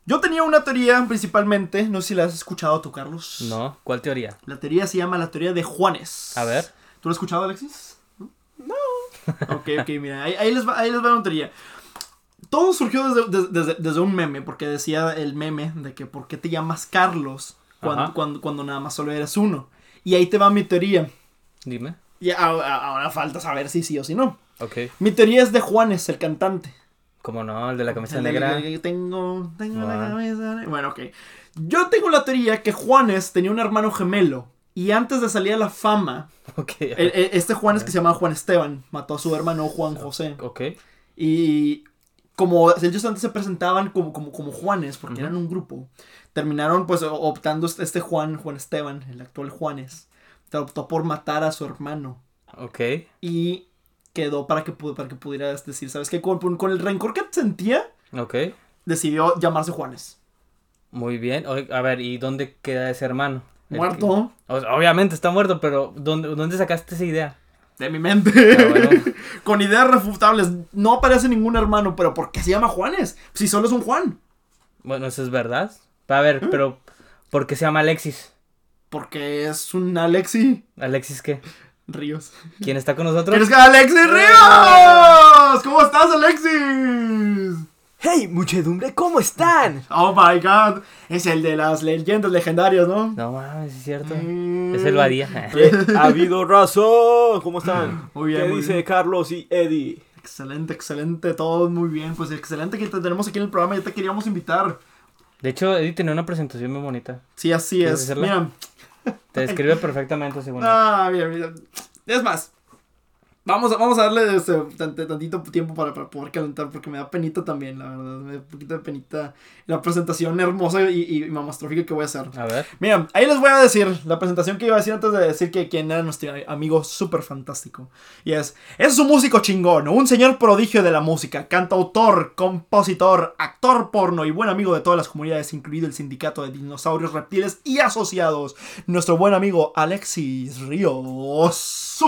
Yo tenía una teoría principalmente, no sé si la has escuchado tú, Carlos. No, ¿cuál teoría? La teoría se llama la teoría de Juanes. A ver. ¿Tú la has escuchado, Alexis? No. Ok, mira, ahí les va una teoría. Todo surgió desde un meme, porque decía el meme de que ¿por qué te llamas Carlos cuando nada más solo eres uno? Y ahí te va mi teoría. Dime. Y ahora falta saber si sí o si no. Ok. Mi teoría es de Juanes, el cantante. ¿Cómo no? El de la camisa El negra. tengo la camisa negra. Bueno, ok. Yo tengo la teoría que Juanes tenía un hermano gemelo. Y antes de salir a la fama, Ok. este Juanes que se llamaba Juan Esteban mató a su hermano Juan José. Ok. Y como ellos antes se presentaban como Juanes, porque eran un grupo, terminaron pues optando este Juan Esteban, el actual Juanes, optó por matar a su hermano. Ok. Y quedó para que pudieras decir, ¿sabes qué? Con el rencor que sentía, Ok. decidió llamarse Juanes. Muy bien. A ver, ¿y dónde queda ese hermano? Muerto. Obviamente está muerto, pero ¿dónde sacaste esa idea? De mi mente. Bueno. Con ideas refutables. No aparece ningún hermano, pero ¿por qué se llama Juanes? Si solo es un Juan. Bueno, eso es verdad. A ver, pero ¿por qué se llama Alexis? Porque es un Alexi ¿Alexis qué? Ríos. ¿Quién está con nosotros? ¿Quieres que Alexis Ríos? ¿Cómo estás, Alexis? ¡Hey, muchedumbre! ¿Cómo están? Oh my god. Es el de las leyendas legendarias, ¿no? No mames, es cierto. Es el Badía. ¿Qué ha habido, razón? ¿Cómo están? Muy bien, ¿Qué muy dice bien. Carlos y Eddie? Excelente, todo muy bien. Pues excelente que te tenemos aquí en el programa, ya te queríamos invitar. De hecho, Eddie tenía una presentación muy bonita. Sí, así ¿Quieres es. hacerla? Mira. Te describe perfectamente según él. Mira. Es más, vamos a darle tantito tiempo para poder calentar, porque me da penita también, la verdad. Me da un poquito de penita la presentación hermosa y mamastrófica que voy a hacer. A ver. Mira, ahí les voy a decir la presentación que iba a decir antes de decir que quién era nuestro amigo súper fantástico. Y es un músico chingón, un señor prodigio de la música, cantautor, compositor, actor porno y buen amigo de todas las comunidades, incluido el sindicato de dinosaurios, reptiles y asociados. Nuestro buen amigo Alexis Ríos.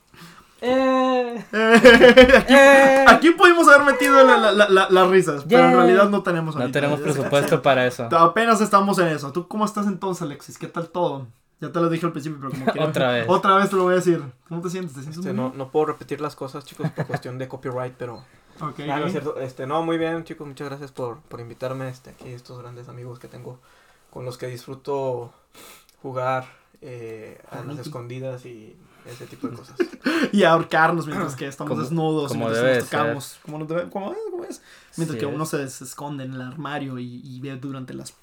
Aquí pudimos haber metido las risas, pero en realidad no tenemos ahorita. No tenemos presupuesto para eso. Apenas estamos en eso. ¿Tú cómo estás entonces, Alexis? ¿Qué tal todo? Ya te lo dije al principio, pero como quiera. Otra vez te lo voy a decir. ¿Cómo te sientes? ¿Te sientes muy bien? No puedo repetir las cosas, chicos, por cuestión de copyright, pero... Okay. No es cierto. No, muy bien, chicos. Muchas gracias por invitarme aquí, estos grandes amigos que tengo, con los que disfruto jugar a las escondidas y ese tipo de cosas. Y ahorcarnos mientras que estamos desnudos, como mientras nos tocamos. ¿Cómo es? Mientras Sí, que uno se esconde en el armario y ve durante las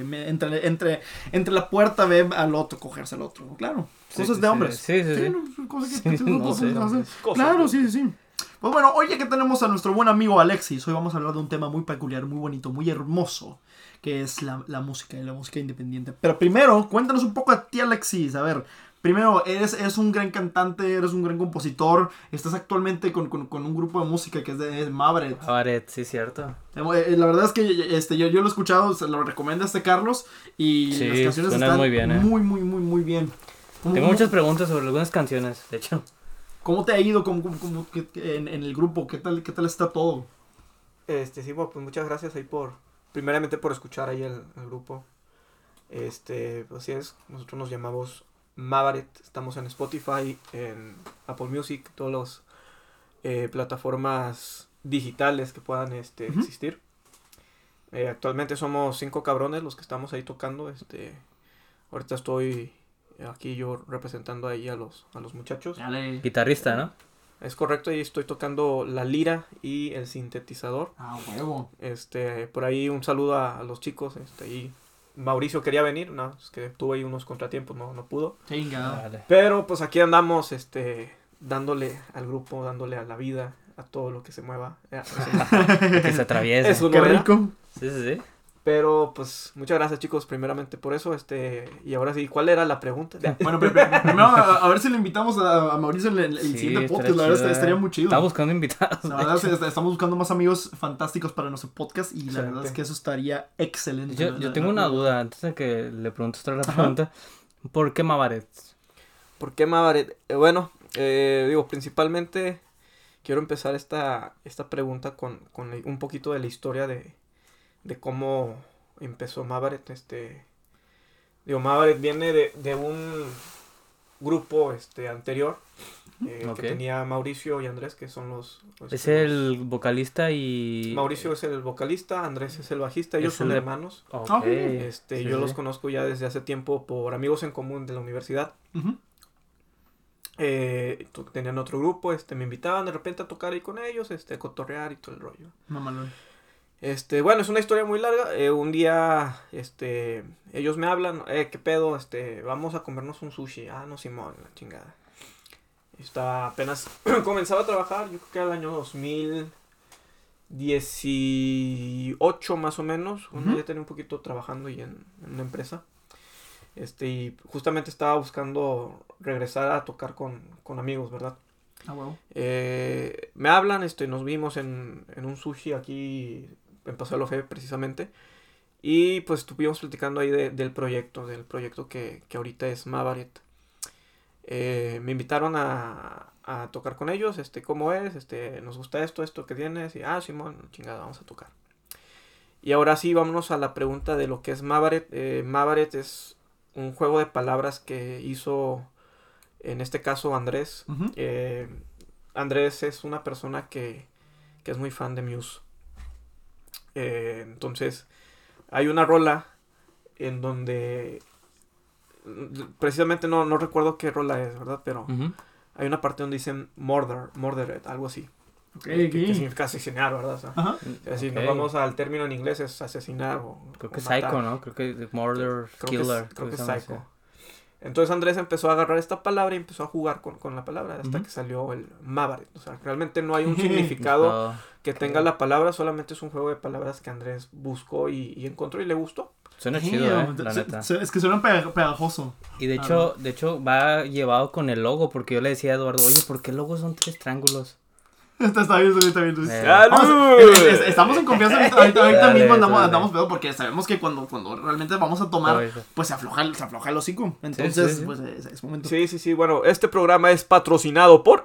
entre la puerta ve al otro cogerse al otro. Claro, cosas de hombres. Sí. No, cosas que No sé. Claro, sí. Pues bueno, hoy ya que tenemos a nuestro buen amigo Alexis, hoy vamos a hablar de un tema muy peculiar, muy bonito, muy hermoso, que es la música y la música independiente. Pero primero, cuéntanos un poco a ti, Alexis. A ver, primero, eres un gran cantante, eres un gran compositor, estás actualmente con un grupo de música que es de Mavaret. Mavaret, sí, cierto. La verdad es que yo lo he escuchado, se lo recomienda Carlos, y sí, las canciones están muy bien, muy bien. Tengo muchas preguntas sobre algunas canciones, de hecho. ¿Cómo te ha ido en el grupo? ¿Qué tal está todo? Sí, pues muchas gracias ahí primeramente por escuchar ahí el grupo. Pues así es, nosotros nos llamamos Mavaret, estamos en Spotify, en Apple Music, todas las plataformas digitales que puedan existir. Actualmente somos 5 cabrones los que estamos ahí tocando. Ahorita estoy aquí yo representando ahí a los muchachos. Dale. Guitarrista, ¿no? Es correcto, ahí estoy tocando la lira y el sintetizador. Huevo. Por ahí un saludo a los chicos, ahí Mauricio quería venir, no, es que tuvo ahí unos contratiempos, no pudo. Vale. Pero pues aquí andamos, dándole al grupo, dándole a la vida, a todo lo que se mueva. Que se atraviese. Eso Qué no era. rico. Sí. Pero pues muchas gracias, chicos, primeramente por eso. Y ahora sí, ¿cuál era la pregunta? Bueno, primero a ver si le invitamos a Mauricio en el siguiente podcast. La verdad estaría muy chido. Estaba buscando invitados. La verdad estamos buscando más amigos fantásticos para nuestro podcast y la verdad es que eso estaría excelente. Yo tengo una duda antes de que le preguntes otra la pregunta. ¿Por qué Mavaret? ¿Por qué Mavaret? Bueno, principalmente quiero empezar esta pregunta con un poquito de la historia de cómo empezó Mavaret. Mavaret viene de un grupo anterior que tenía Mauricio y Andrés, que son los es el vocalista y... Mauricio es el vocalista, Andrés es el bajista, ellos son hermanos. Okay. Yo los conozco ya desde hace tiempo por amigos en común de la universidad. Uh-huh. Tenían otro grupo, me invitaban de repente a tocar ahí con ellos, a cotorrear y todo el rollo. Mamalón. Bueno, es una historia muy larga. Un día, ellos me hablan, ¿qué pedo? Vamos a comernos un sushi. Ah, no, Simón, la chingada. Apenas comenzaba a trabajar, yo creo que era el año 2018 más o menos. Uh-huh. Ya tenía un poquito trabajando ahí en una empresa. Y justamente estaba buscando regresar a tocar con amigos, ¿verdad? Ah, huevo. Me hablan, nos vimos en un sushi aquí en Paseo de la Fe precisamente. Y pues estuvimos platicando ahí del proyecto que ahorita es Mavaret. Me invitaron a tocar con ellos, ¿cómo es? Nos gusta esto que tienes. Y, Simón, chingada, vamos a tocar. Y ahora sí, vámonos a la pregunta de lo que es Mavaret. Mavaret es un juego de palabras que hizo, en este caso, Andrés. Uh-huh. Andrés es una persona que es muy fan de Muse. Entonces, hay una rola en donde... Precisamente no recuerdo qué rola es, ¿verdad? Pero Uh-huh. hay una parte donde dicen murdered, algo así. Okay. Que significa asesinar, ¿verdad? O sea, Ajá. si nos vamos al término en inglés es asesinar o Creo que o es matar. Psycho, ¿no? Creo que Murder, Killer. Creo que es se llama Psycho. así. Entonces Andrés empezó a agarrar esta palabra y empezó a jugar con la palabra hasta Uh-huh. que salió el Mavaret. O sea, realmente no hay un significado que tenga la palabra, solamente es un juego de palabras que Andrés buscó y encontró y le gustó. Suena chido, la neta. Es que suena pegajoso. Y de hecho va llevado con el logo, porque yo le decía a Eduardo, oye, ¿por qué el logo son 3 triángulos? Está bien. ¡Salud! Estamos en confianza ahorita Dale, mismo dale. andamos pedo porque sabemos que cuando realmente vamos a tomar, Todo eso. pues se afloja el hocico. Entonces, sí. pues es momento. Sí. Bueno, este programa es patrocinado por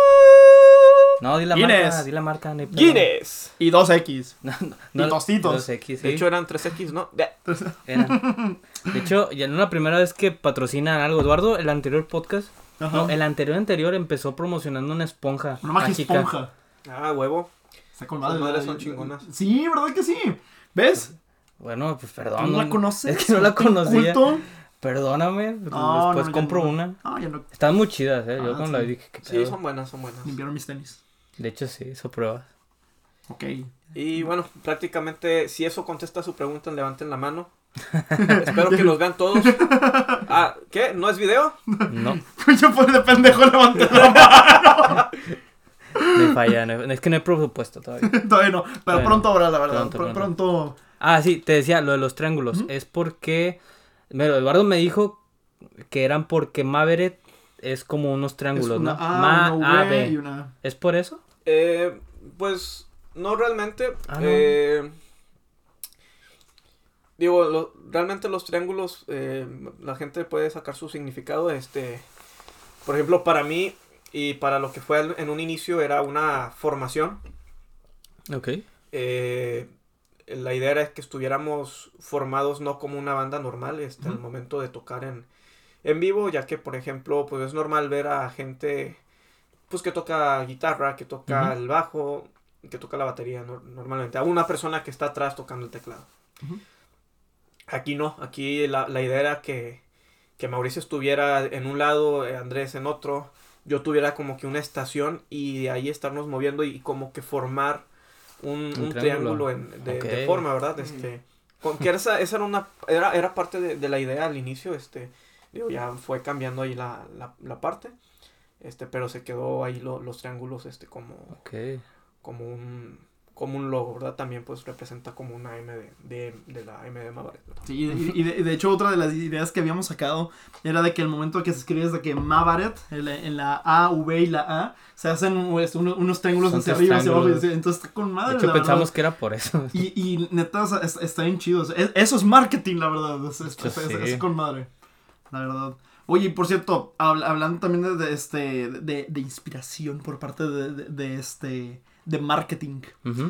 No, di la Guinness. marca. No hay pedo. Guinness. Y 2X. No, Y tostitos. 2X, sí. De hecho eran 3X, ¿no? Eran. De hecho, ya no es la primera vez que patrocinan algo. Eduardo, el anterior podcast, Ajá. no, el anterior empezó promocionando una esponja Una magia mágica. esponja. Huevo. Está con Las madre. madres son chingonas. Sí, ¿verdad que sí? ¿Ves? Bueno, pues ¿Tú perdón. no la conoces? Es que no la conocía. ¿Culto? Perdóname. No, después no, compro no. una. No, ya no. Están muy chidas, Yo Ah, cuando sí. la vi dije que Sí, son buenas. Limpiaron mis tenis. De hecho, sí, hizo pruebas. Ok. Y bueno, prácticamente si eso contesta su pregunta, levanten la mano. Espero que los vean todos. ¿Qué? ¿No es video? No, Yo por de pendejo levanté la mano. me falla. Es que no hay presupuesto todavía. Todavía no, pero Todavía pronto no. habrá, la verdad. Pronto. Pronto. Ah, sí, te decía, lo de los triángulos. Ujú. Es porque... Pero Eduardo me dijo que eran porque Maverick es como unos triángulos, Es una ¿no? A, una V B. y una... ¿Es por eso? Pues no realmente. No. Realmente los triángulos, la gente puede sacar su significado. Por ejemplo, para mí y para lo que fue en un inicio era una formación. Ok. La idea era que estuviéramos formados no como una banda normal Ujú. al momento de tocar en vivo, ya que por ejemplo pues es normal ver a gente pues que toca guitarra, que toca Ujú. el bajo, que toca la batería normalmente, a una persona que está atrás tocando el teclado. Ujú. Aquí no, aquí la idea era que Mauricio estuviera en un lado, Andrés en otro, yo tuviera como que una estación y de ahí estarnos moviendo y como que formar un triángulo de Ok. forma, ¿verdad? Que esa era parte de la idea al inicio, ya fue cambiando ahí la parte, pero se quedó ahí los triángulos, Ok. como un logo, ¿verdad? También pues representa como una M de la M de Mavaret, ¿verdad? Sí, y de hecho otra de las ideas que habíamos sacado era de que el momento que se escribe es de que Mavaret, en la A, V y la A, se hacen unos triángulos Son hacia tres arriba, hacia abajo, triángulos. entonces está con madre, De hecho, la pensamos verdad. que era por eso. Y neta, o sea, está bien chido, eso es marketing, la verdad, es con madre, la verdad. Oye, y por cierto, hablando también de inspiración por parte de marketing. Ujú.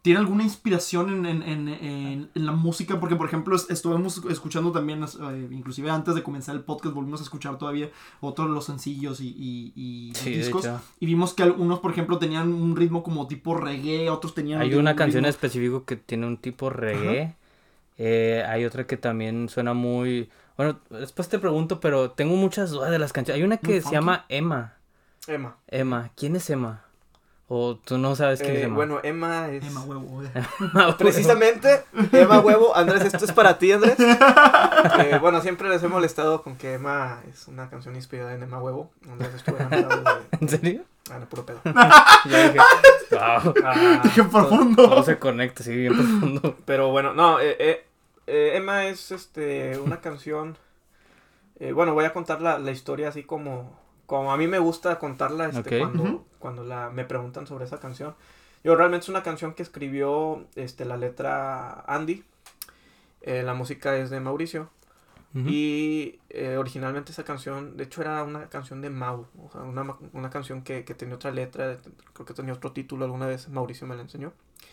¿tiene alguna inspiración en la música? Porque, por ejemplo, estuvimos escuchando también, inclusive antes de comenzar el podcast, volvimos a escuchar todavía otros de los sencillos y los Sí, de discos. hecho. Y vimos que algunos, por ejemplo, tenían un ritmo como tipo reggae, otros tenían... Hay un una canción ritmo- específico que tiene un tipo reggae. Hay otra que también suena muy... Bueno, después te pregunto, pero tengo muchas dudas de las canciones. Hay una Muy que se funky. llama Emma. Emma. Emma. ¿Quién es Emma? O tú no sabes quién es Emma. Bueno, Emma es... Emma huevo. Precisamente, Emma Huevo. Andrés, esto es para ti, Andrés. Bueno, siempre les he molestado con que Emma es una canción inspirada en Emma Huevo. Andrés estuvo enamorado de... ¿En serio? Ah, no, puro pedo. Ya dije, wow. Qué profundo. Todo se conecta, sí, bien profundo. Pero bueno, no, Emma es una canción. Bueno, voy a contar la historia así como a mí me gusta contarla Ok. cuando me preguntan sobre esa canción. Yo realmente es una canción que escribió la letra Andy. La música es de Mauricio. Ujú. Y originalmente esa canción, de hecho era una canción de Mau, o sea, una canción que tenía otra letra, creo que tenía otro título, alguna vez Mauricio me la enseñó.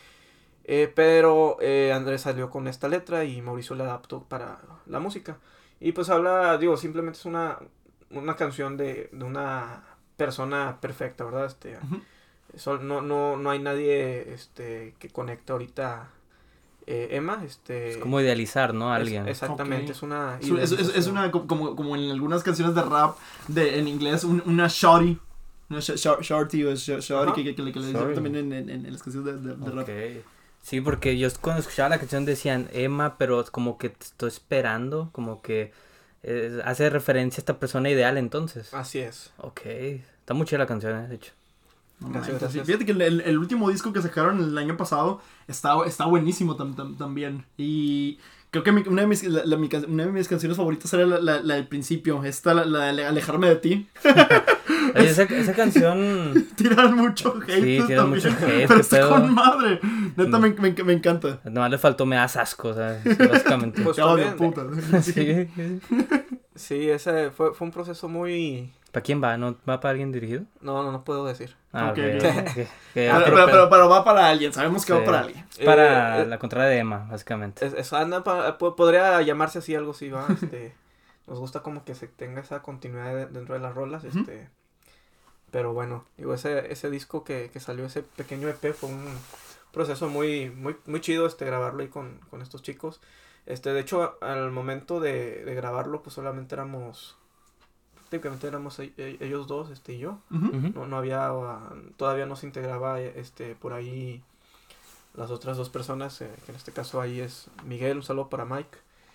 Pero Andrés salió con esta letra y Mauricio la adaptó para la música. Y pues habla, digo, simplemente es una canción de una persona perfecta, ¿verdad? Ujú. No hay nadie que conecte ahorita Emma, Es como idealizar, ¿no? A alguien. exactamente, Ok. es una Es idealización. una, como en algunas canciones de rap en inglés, una shorty. Una shorty o shorty Ajá. que le dicen Shorty. también en las canciones de rap. Ok. Sí, porque yo cuando escuchaba la canción decían Emma, pero es como que te estoy esperando, como que hace referencia a esta persona ideal entonces. Así es. Ok, está muy chida la canción, de hecho. No Gracias, manches, gracias. Fíjate que el último disco que sacaron el año pasado está buenísimo también. Y creo que una de mis canciones favoritas era la del principio. La de Alejarme de ti. Oye, esa canción, Tiran mucho hate. Sí, tiran mucho hate, Pero qué está pedo. con madre. Neta, me encanta. nomás le faltó me das asco, ¿sabes? Básicamente. Pues Te odio, también, puta. Sí. sí, ese fue un proceso muy... ¿Para quién va? ¿No va para alguien dirigido? No puedo decir. Ah, Ok, ok. ok. Ok. Pero va para alguien. Sabemos que va Sí. para alguien. Es para Eh, la contraria de Emma, básicamente. podría llamarse así algo así, ¿va? Nos gusta como que se tenga esa continuidad dentro de las rolas, Ujú. Pero bueno, digo, ese disco que salió, ese pequeño EP, fue un proceso muy chido, grabarlo ahí con estos chicos. De hecho, al momento de grabarlo, pues solamente prácticamente éramos ellos dos, y yo. Ujú. Ujú. No había, todavía no se integraba, por ahí las otras dos personas, que en este caso ahí es Miguel, un saludo para Mike.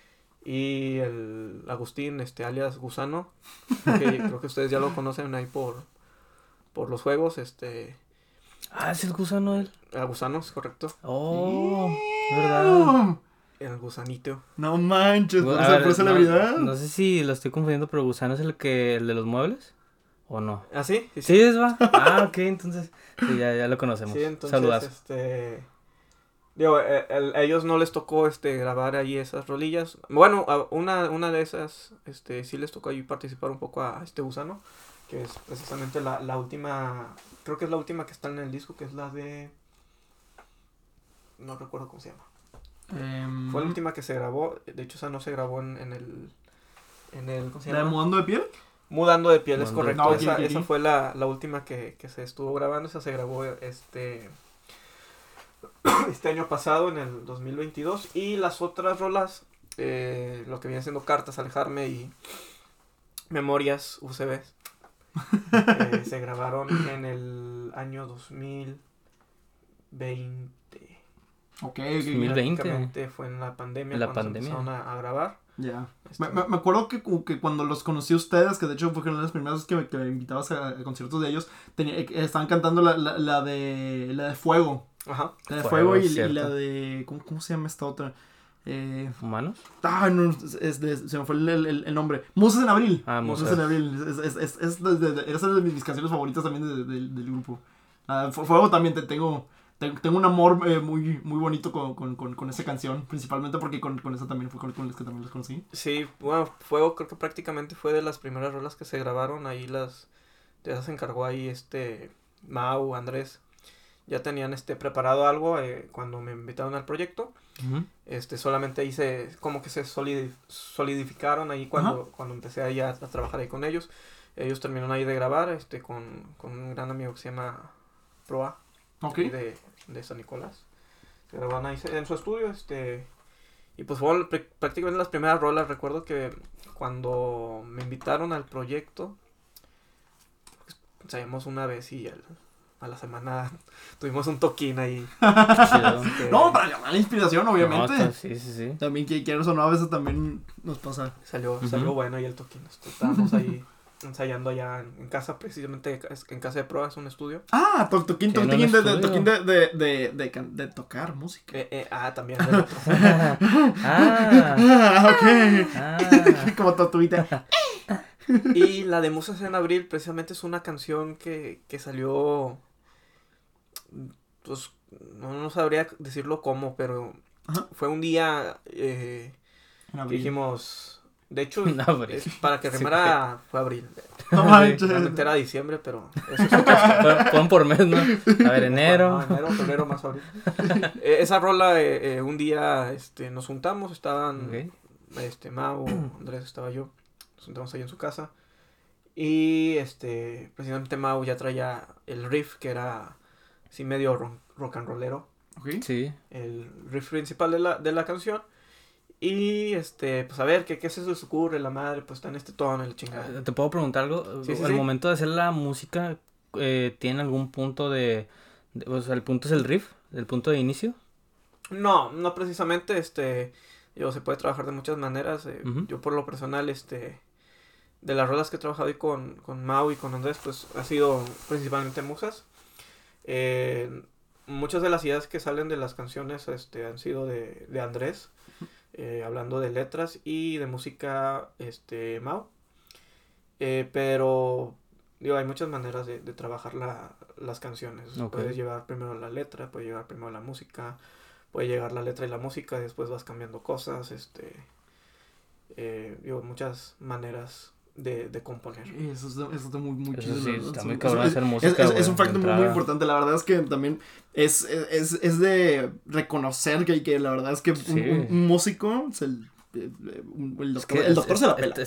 Y el Agustín, alias Gusano, que creo que ustedes ya lo conocen ahí por los juegos, Ah, es el gusano él. Gusano, es correcto, Oh, ¿verdad? el gusanito. No manches, A por ver, ser celebridad. no sé si lo estoy confundiendo, pero gusano es el de los muebles. ¿O no? ¿Ah, sí? Sí, es va. Ah, ok, entonces. Sí, ya lo conocemos. Sí, entonces, Saludas. digo, a ellos no les tocó, grabar ahí esas rolillas. Bueno, una de esas, sí les tocó ahí participar un poco a este gusano, que es precisamente la última, creo que es la última que está en el disco, que es la de, no recuerdo cómo se llama. Fue la última que se grabó, de hecho esa no se grabó en el, ¿cómo se ¿La de llama? Mudando de Piel? Mudando de piel, es Mudando de correcto. piel. Esa fue la última que se estuvo grabando. Esa se grabó este año pasado, en el 2022. Y las otras rolas, lo que viene siendo Cartas, Alejarme y Memorias UCB, se grabaron en el año 2020. Ok, 2020. Prácticamente fue en la pandemia En la cuando pandemia. se empezaron a grabar. Ya. Me acuerdo que cuando los conocí a ustedes, que de hecho fue una de las primeras veces que me invitabas a conciertos de ellos, estaban cantando la de Fuego. Ajá. La de Fuego, Fuego y cierto. la de... ¿Cómo se llama esta otra? ¿Humanos? No, se me fue el nombre. Musas en Abril. Ah, Musas en Abril. Esa es de mis canciones favoritas también del grupo. Fuego también tengo un amor muy bonito con esa canción, principalmente porque con esa también fue con las que también los conocí. Sí, bueno, Fuego creo que prácticamente fue de las primeras rolas que se grabaron. Ahí ya se encargó ahí Mau, Andrés. ya tenían preparado algo cuando me invitaron al proyecto. Ujú. Solamente hice como que se solidificaron ahí cuando empecé ahí a trabajar ahí con ellos. Ellos terminaron ahí de grabar con un gran amigo que se llama Proa, Ok. ahí de San Nicolás. Se grabaron ahí en su estudio, y pues fueron prácticamente las primeras rolas. Recuerdo que cuando me invitaron al proyecto, pues, ensayamos una vez y a la semana tuvimos un toquín ahí. Chido. No, para llamar la inspiración, obviamente. No, sí, sí, sí. También que quieras o no, a veces también nos pasa. Salió Ujú. bueno ahí el toquín. Estábamos ahí ensayando allá en casa, precisamente en casa de Proa, es un estudio. Ah, toquín Que en un de estudio. de tocar música. También del otro. Ah, Ok. ah. Como tortuguita. Y la de Musas en Abril precisamente es una canción que salió, pues no sabría decirlo cómo, pero Ajá. fue un día En que abril. dijimos, de hecho, En abril. para que Sí, rimara fue abril. No Sí. manches. Realmente era diciembre, pero eso es otra Fueron por mes, ¿no? A ver, enero. No, enero, febrero, marzo, abril. Esa rola, un día nos juntamos, estaban Ok. Mau, Andrés, estaba yo, nos juntamos ahí en su casa. Y precisamente Mau ya traía el riff, que era así medio rock and rollero, Ok. Sí. el riff principal de la canción. Y pues a ver, ¿qué se les ocurre? La madre, pues está en este tono, el chingada. ¿Te puedo preguntar algo? Sí, sí, Al sí. momento de hacer la música, ¿tiene algún punto o sea, el punto es el riff? ¿El punto de inicio? No precisamente, se puede trabajar de muchas maneras. Ujú. Yo por lo personal, de las rolas que he trabajado ahí con Mau y con Andrés, pues ha sido principalmente musas. Muchas de las ideas que salen de las canciones han sido de Andrés, hablando de letras, y de música Mau. Pero digo, hay muchas maneras de trabajar las canciones. Ok. Puedes llevar primero la letra, puedes llevar primero la música, puede llegar la letra y la música, y después vas cambiando cosas, digo, muchas maneras de componer. Eso está muy Eso chido. sí, la verdad. está muy Eso- cabrón es- hacer música, es güey, un factor de muy entrada. importante. La verdad es que también es de reconocer que la verdad es que Sí. un músico, el Es doctor, que el doctor se la pela.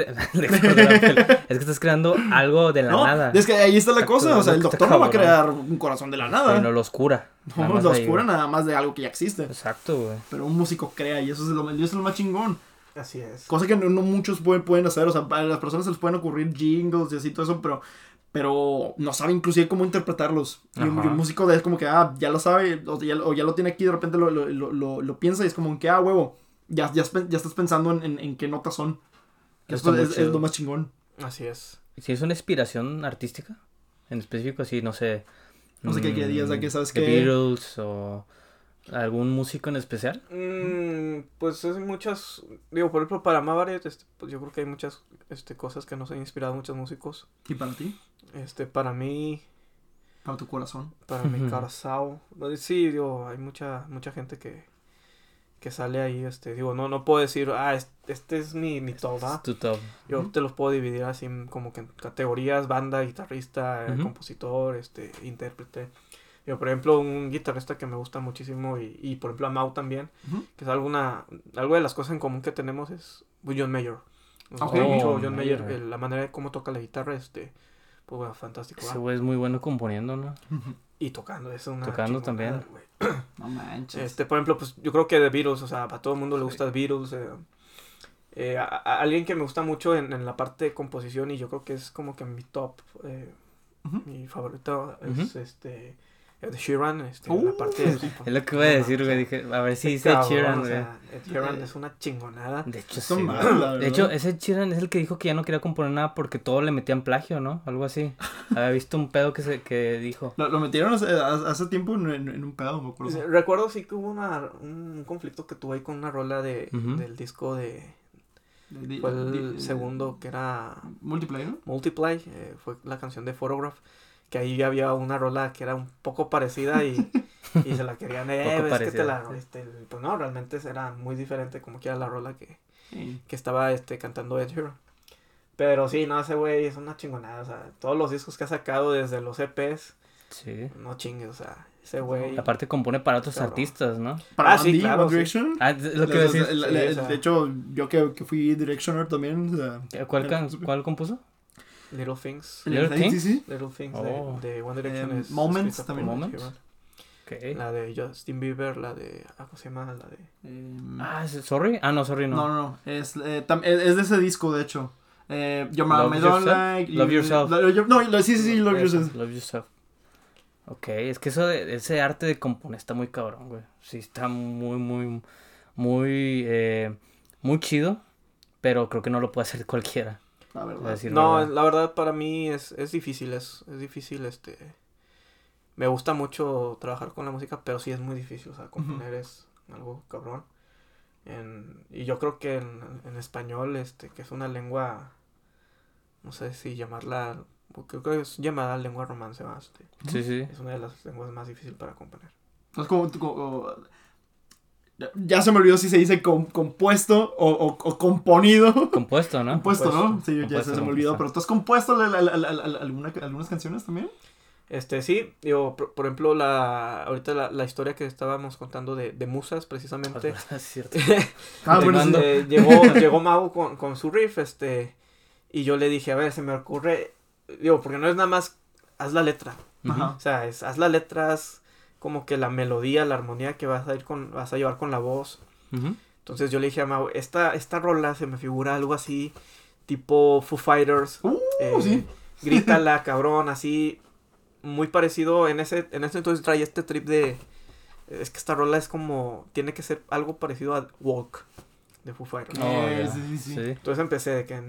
Es que estás creando algo de la No, nada. es que ahí está la Exacto, cosa. O sea, es el lo que está doctor no va a cabrón. crear un corazón de la nada. Sí, no lo oscura. No, Nada más lo ahí, oscura güey. nada más de algo que ya existe. Exacto, güey. Pero un músico crea y eso es lo más chingón. Así es. Cosa que no muchos pueden hacer. O sea, a las personas se les pueden ocurrir jingles y así todo eso, pero no sabe inclusive cómo interpretarlos. Y un Ajá. músico es como que, ya lo sabe, o ya lo tiene aquí, de repente lo piensa y es como que, huevo, ya estás pensando en qué notas son. Que Está esto muy es chido. lo más chingón. Así es. Si es una inspiración artística, en específico, así, no sé. No sé qué digas, ¿de qué sabes The qué? Beatles o algún músico en especial. Pues es muchas, digo, por ejemplo, para Mavaret, pues yo creo que hay muchas cosas que nos han inspirado a muchos músicos. ¿Y para ti? Para mí, Para tu corazón. para mi corazón. Sí, digo, hay mucha gente que sale ahí, digo, no puedo decir, este es mi top, Es tu top. Yo Ujú. te los puedo dividir así como que en categorías: banda, guitarrista, Ujú. compositor, intérprete. Yo, por ejemplo, un guitarrista que me gusta muchísimo, y por ejemplo a Mau también, Ujú. que es algo de las cosas en común que tenemos, es John Mayer. Nos Ok. gusta mucho Oh, John Mayer, Mayer. la manera de cómo toca la guitarra, pues bueno, fantástico. Ese ¿va? güey es muy bueno componiendo, ¿no? Y tocando, es una Tocando chingonada, también. güey. No manches. Por ejemplo, pues yo creo que The Beatles, o sea, a todo el mundo le gusta The Beatles. Alguien que me gusta mucho en la parte de composición, y yo creo que es como que mi top, Ujú. mi favorito Ujú. es Ed Sheeran, en la parte de Es lo que iba a decir, güey. Dije, a ver si dice Ed Sheeran, güey. Ed Sheeran es una chingonada. De hecho, Está sí, mal, güey. la De hecho, verdad. ese Ed Sheeran es el que dijo que ya no quería componer nada porque todo le metían plagio, ¿no? Algo así. Había visto un pedo que dijo. Lo metieron hace tiempo en un pedo, me acuerdo. Recuerdo sí que hubo un conflicto que tuve ahí con una rola Ujú. del disco De- fue el de- segundo, que era Multiplayer, ¿no? Multiply, fue la canción de Photograph, que ahí había una rola que era un poco parecida, y se la querían, Poco es que te parecida. la, pues no, realmente era muy diferente como que era la rola que Sí. estaba cantando Ed Sheeran. Pero sí, no, ese güey es una chingonada, o sea, todos los discos que ha sacado desde los EPs, Sí. no chingues, o sea, Ese güey. Aparte compone para otros Cabrón. artistas, ¿no? Para sí, Andy, claro, One sí. Direction. Ah, es lo que iba a decir. o sea. De hecho, yo que fui Directioner también. O sea, ¿Cuál compuso? Little Things. Little Sí, Things? sí. Little Things Oh. de One Direction es Moments escrita también. por Moments. Ed Ok. Sheeran. La de Justin Bieber, la de... ¿cómo se llama? La de... ¿Sorry? Ah, no, Sorry, no. No. Es de ese disco, de hecho. Yo Love me don't Yourself? like. Love Yourself. Sí, Love Yourself. Love Yourself. Ok, es que ese arte de componer está muy cabrón, güey. Sí, está muy chido, pero creo que no lo puede hacer cualquiera. La a verdad. decir No, verdad. la verdad para mí es difícil, es difícil, me gusta mucho trabajar con la música, pero sí es muy difícil, o sea, componer es algo cabrón. Y yo creo que en español, que es una lengua, no sé si llamarla, creo que es llamada lengua romance más, Sí. es una de las lenguas más difíciles para componer. Es ya se me olvidó si se dice compuesto o componido. Compuesto, ¿no? Compuesto, ¿no? Sí, ya Compuesto, se me olvidó. compuesto. Pero ¿tú has compuesto algunas canciones también? Sí, digo, por ejemplo, ahorita la historia que estábamos contando de Musas, precisamente. Es cierto. Bueno, Mando. Llegó Mau con su riff, y yo le dije, a ver, se me ocurre, digo, porque no es nada más, haz la letra, Ajá. o sea, haz las letras, como que la melodía, la armonía que vas a llevar con la voz. Ujú. Entonces yo le dije a Mau, esta rola se me figura algo así, tipo Foo Fighters, Sí. grítala, cabrón, así, muy parecido, en ese entonces traía este trip es que esta rola es como, tiene que ser algo parecido a Walk, de Foo Fighters. Oh, ya. Sí. Entonces empecé de que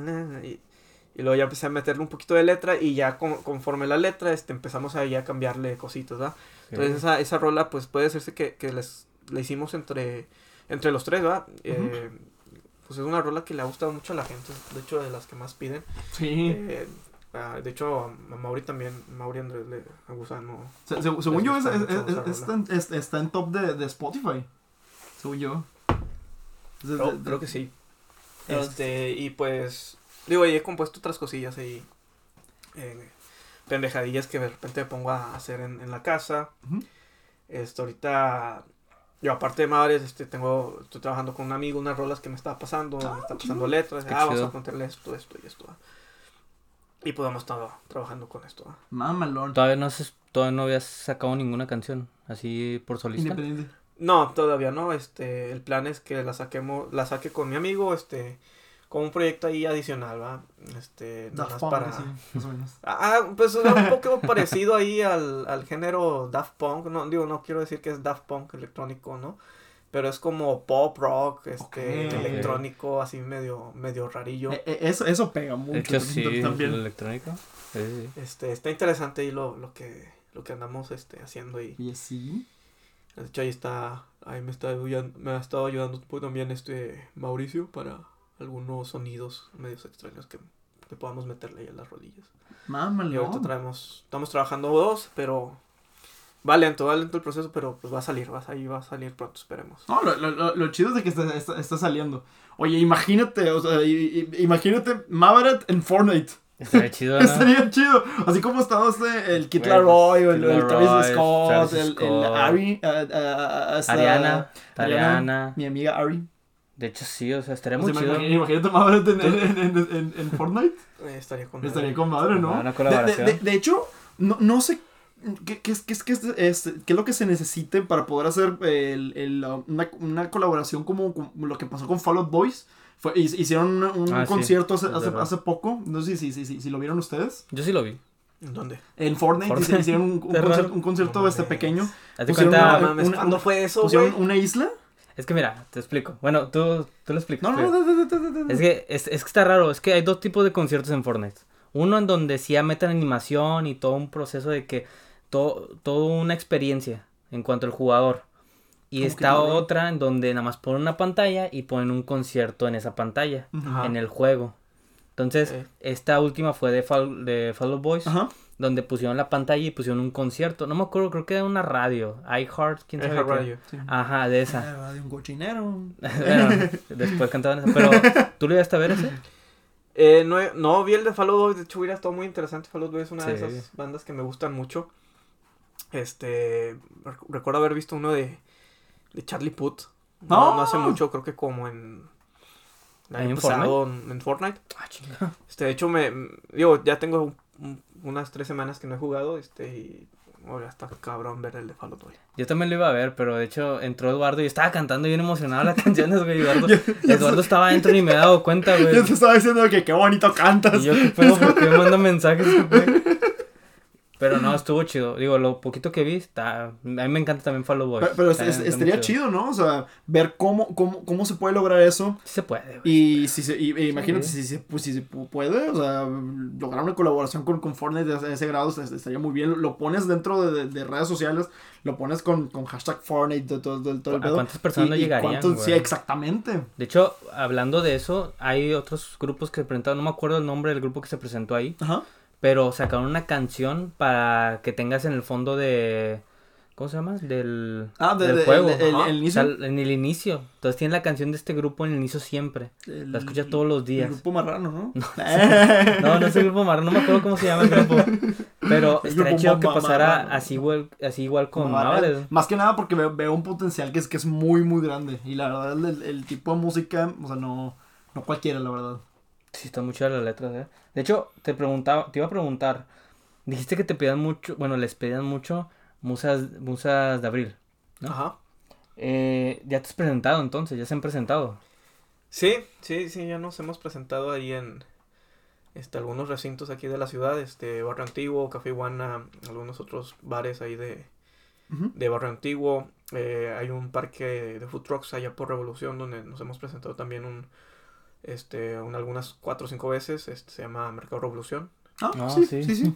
y luego ya empecé a meterle un poquito de letra y ya conforme la letra empezamos ahí a cambiarle cositas, ¿verdad? Entonces esa rola pues puede hacerse que la hicimos entre los tres, ¿verdad? Pues es una rola que le ha gustado mucho a la gente, de hecho de las que más piden. Sí. De hecho a Mauri también, Mauri Andrés le gusta, ¿no? Según yo, gusta mucho esa está en top de Spotify. Según yo. Creo que sí. Y pues, digo, y he compuesto otras cosillas ahí, pendejadillas que de repente me pongo a hacer en la casa. Ujú. Ahorita, yo aparte de madres, estoy trabajando con un amigo, unas rolas que me está pasando letras, Qué vamos chido. a ponerle esto y esto. Y pues hemos estado trabajando con esto. Mamalón. Todavía no habías sacado ninguna canción así por solista. Independiente. No, todavía no, el plan es que la saque con mi amigo, con un proyecto ahí adicional, ¿va? Daft Nomás Punk, para... sí, más o menos. Pues un poco parecido ahí al género Daft Punk, no quiero decir que es Daft Punk electrónico, ¿no? Pero es como pop rock, electrónico, así medio rarillo. Eso pega mucho. De hecho, sí, el también. electrónico. Sí. Está interesante ahí lo que andamos haciendo y Y sí. de hecho ahí me ha estado ayudando pues, también Mauricio para algunos sonidos medios extraños que podamos meterle ahí a las rodillas. Y ahorita Mamalón. estamos trabajando dos, pero va lento el proceso, pero pues va a salir pronto, esperemos. No, lo chido es de que está saliendo. Oye, imagínate, o sea, imagínate Mavaret en Fortnite. Estaría chido, ¿no? Estaría chido. Así como estaba el Kid Güey, Laroi, o Kid el Travis Laroi, Scott, Travis el Scott. Ari, Ariana. mi amiga Ari. De hecho, sí, o sea, estaría O muy sea, chido. imagínate Mavaret en Fortnite. Estaría con Estaría con madre, ¿no? Una colaboración. De hecho, no sé qué es lo que se necesite para poder hacer una colaboración como lo que pasó con Fall Out Boys. Hicieron un Sí, concierto es verdad. hace poco. No sé si lo vieron ustedes. Yo sí lo vi. ¿En dónde? En Fortnite, Fortnite. hicieron un concierto No mames. pequeño. Hazte Pusieron cuenta. No mames, ¿cuándo fue eso, Pusieron güey? una isla. Es que mira, te explico. Bueno, tú lo explicas. No. Es que está raro. Es que hay dos tipos de conciertos en Fortnite. Uno en donde sí ya meten animación y todo un proceso de que todo una experiencia en cuanto al jugador. Y Como está que todo, ¿no? otra en donde nada más ponen una pantalla y ponen un concierto en esa pantalla, Ajá. en el juego. Entonces, esta última fue de Fall Out Boys, Ajá. donde pusieron la pantalla y pusieron un concierto. No me acuerdo, creo que era una radio. iHeart, quién sabe qué. Radio. Ajá, de esa. De un cochinero. Bueno, después cantaban esa. Pero, ¿tú lo llegaste a ver ese? No vi el de Fall Out Boy, de hecho hubiera estado muy interesante. Fall Out Boy es una de Sí. esas bandas que me gustan mucho. Recuerdo haber visto uno de Charlie Puth. ¡Oh! No hace mucho, creo que como en... El ¿Ahí año en pasado en Fortnite. Ah, chinga. De hecho, digo, ya tengo unas 3 semanas que no he jugado, y... Oye, está cabrón ver el de Fall Out Boy. Yo también lo iba a ver, pero de hecho entró Eduardo y estaba cantando bien emocionado las canciones, güey. Yo Eduardo estaba adentro y me he dado cuenta, güey. te estaba diciendo que qué bonito cantas. Y yo, ¿qué pedo? ¿Por qué me manda mensajes, güey? Pero no, estuvo chido. Digo, lo poquito que vi, a mí me encanta también Fall Out Boy. Pero Está estaría muy chido, ¿no? O sea, ver cómo se puede lograr eso. Sí se puede, güey. Y imagínate, si se puede, o sea, lograr una colaboración con Fortnite de ese grado estaría muy bien. Lo pones dentro de redes sociales, lo pones con hashtag Fortnite, todo el ¿A pedo. cuántas personas no llegarían, Sí, güey? exactamente. De hecho, hablando de eso, hay otros grupos que se presentaron. No me acuerdo el nombre del grupo que se presentó ahí. Ajá. Pero sacaron una canción para que tengas en el fondo de... ¿Cómo se llama? Del juego. El inicio. O sea, en el inicio. Entonces tiene la canción de este grupo en el inicio siempre. La escuchas todos los días. El grupo marrano, ¿no? No es el grupo marrón, no me acuerdo cómo se llama el grupo. Pero El estaría grupo chido que marrano. pasara así igual con Maverick. Más que nada porque veo un potencial que es muy, muy grande. Y la verdad, el tipo de música, o sea, no cualquiera, la verdad. Sí, están muy chidas las letras, ¿eh? De hecho, te iba a preguntar. Dijiste que te pedían mucho, bueno, les pedían mucho musas de abril, ¿no? Ajá. Ya te has presentado entonces, ya se han presentado. Sí, ya nos hemos presentado ahí en algunos recintos aquí de la ciudad, Barrio Antiguo, Café Iguana, algunos otros bares ahí Ujú. de Barrio Antiguo. Hay un parque de food trucks allá por Revolución donde nos hemos presentado también algunas 4 o 5 veces. Se llama Mercado Revolución. No, Sí. sí.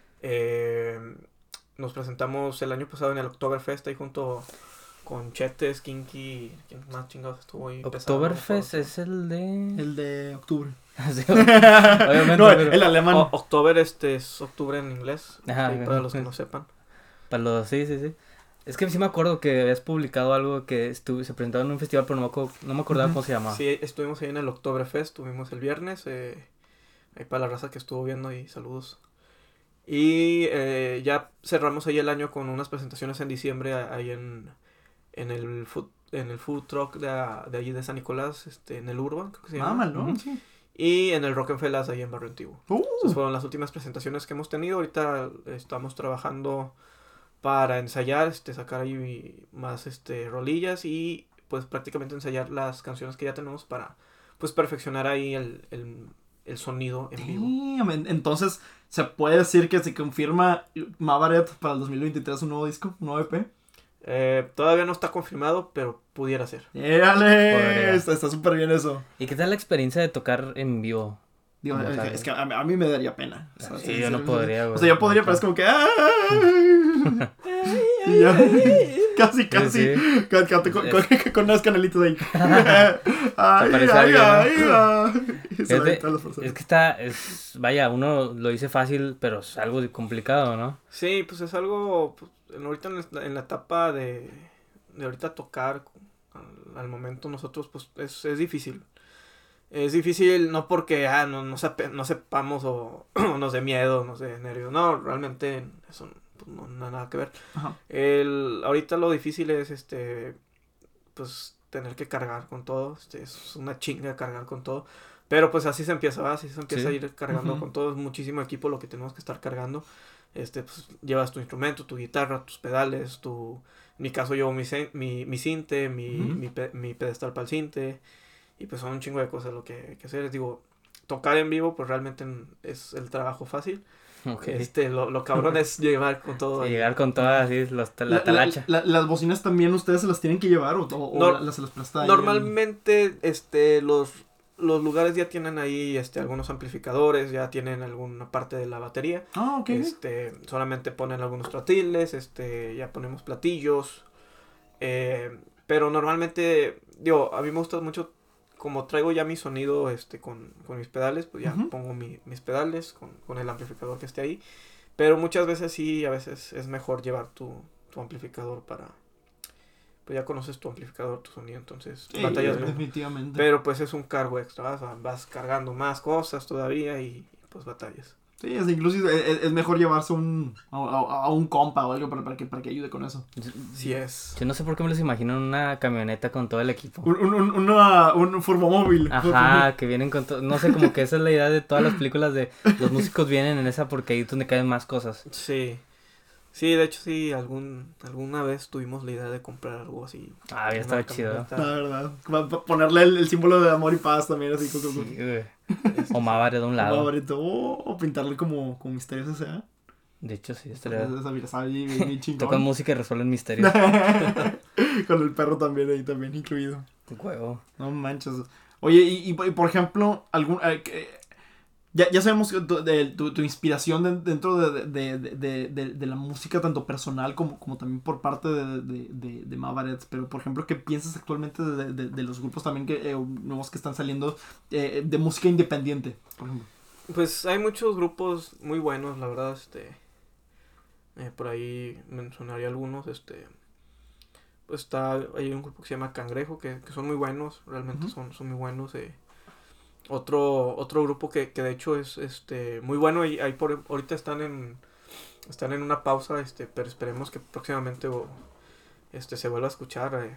Nos presentamos el año pasado en el Oktoberfest ahí junto con Chetes, Kinky, ¿quién más chingados estuvo ahí? Oktoberfest es el de... El de octubre. Sí, obviamente, No, pero... el alemán. Oktober es octubre en inglés, Ajá, ahí para los que no sepan. Para los... Sí. Es que sí me acuerdo que habías publicado algo que se presentaba en un festival, pero no me acordaba cómo se llamaba. Sí, estuvimos ahí en el Oktoberfest, estuvimos el viernes, ahí para la raza que estuvo viendo y saludos. Y ya cerramos ahí el año con unas presentaciones en diciembre ahí en el food truck de allí de San Nicolás, en el Urban, creo que se llama. Mámalo, ¿no? Ujú. Sí. Y en el Rockefeller ahí en Barrio Antiguo. Uh. Esas fueron las últimas presentaciones que hemos tenido. Ahorita estamos trabajando para ensayar, sacar ahí más rolillas y pues prácticamente ensayar las canciones que ya tenemos para pues perfeccionar ahí el sonido en vivo. Damn, entonces, ¿se puede decir que se confirma Mavaret para el 2023 un nuevo disco, un nuevo EP? Todavía no está confirmado, pero pudiera ser. ¡Érale! Podría. Está súper bien eso. ¿Y qué tal la experiencia de tocar en vivo? Digo, ¿Cómo sabes? es que a mí me daría pena. O sea, Sí, yo no podría, güey. O sea, yo podría, pero es como que... Y ya, casi. Sí. Con unas canalitas ahí. Ay, parece ay, algo, ¿no? ay. Y se la Es avientan las personas. que vaya, uno lo dice fácil, pero es algo complicado, ¿no? Sí, pues es algo, pues, ahorita en la etapa de ahorita tocar, al momento nosotros, pues es difícil. Es difícil no porque no sepamos o nos dé miedo, nos dé nervios. No, realmente eso pues, no nada que ver. Ajá. Ahorita lo difícil es pues tener que cargar con todo. Es una chinga cargar con todo. Pero pues así se empieza, ¿va? Así se empieza Sí. a ir cargando Ujú. con todo. Es muchísimo equipo lo que tenemos que estar cargando. Pues llevas tu instrumento, tu guitarra, tus pedales, en mi caso llevo mi cinte, Ujú. mi pedestal para el cinte. Y pues son un chingo de cosas lo que hay que hacer. Digo, tocar en vivo pues realmente es el trabajo fácil. Ok. Lo cabrón es llevar con todo. Y ahí. llegar con todas así, la talacha. Las bocinas también ustedes se las tienen que llevar o se las presta ahí Normalmente los lugares ya tienen ahí algunos amplificadores, ya tienen alguna parte de la batería. Ah, ok. Solamente ponen algunos tratiles, ya ponemos platillos. Pero normalmente, digo, a mí me gusta mucho, como traigo ya mi sonido con mis pedales, pues ya Ujú. pongo mis pedales con el amplificador que esté ahí. Pero muchas veces sí, a veces es mejor llevar tu amplificador para... Pues ya conoces tu amplificador, tu sonido, entonces Sí, batallas menos. definitivamente. Pero pues es un cargo extra, vas cargando más cosas todavía y pues batallas. Sí, incluso es mejor llevarse a un compa o algo para que ayude con eso. Sí es. Yo no sé por qué me los imagino en una camioneta con todo el equipo. Un furgomóvil. Ajá, que vienen con todo. No sé, como que esa es la idea de todas las películas de los músicos vienen en esa porque ahí es donde caen más cosas. Sí. Sí, de hecho sí, alguna vez tuvimos la idea de comprar algo así. Ah, ya estaba chido. La verdad. Ponerle el símbolo de amor y paz también, así. Sí, güey. O Mavare de un lado. O pintarle como misterioso sea. De hecho, sí, estaría. Esa bien chingón. Tocan música y resuelven misterios. Con el perro también ahí también incluido. Huevo. No manches. Oye, y por ejemplo, ya sabemos que tu inspiración dentro de la música, tanto personal como también por parte de Mavarets, pero por ejemplo, ¿qué piensas actualmente de los grupos también nuevos que están saliendo de música independiente, por ejemplo? Pues hay muchos grupos muy buenos, la verdad, por ahí mencionaría algunos, pues hay un grupo que se llama Cangrejo, que son muy buenos, realmente son muy buenos, otro grupo que de hecho es muy bueno y ahorita están en una pausa, pero esperemos que próximamente se vuelva a escuchar.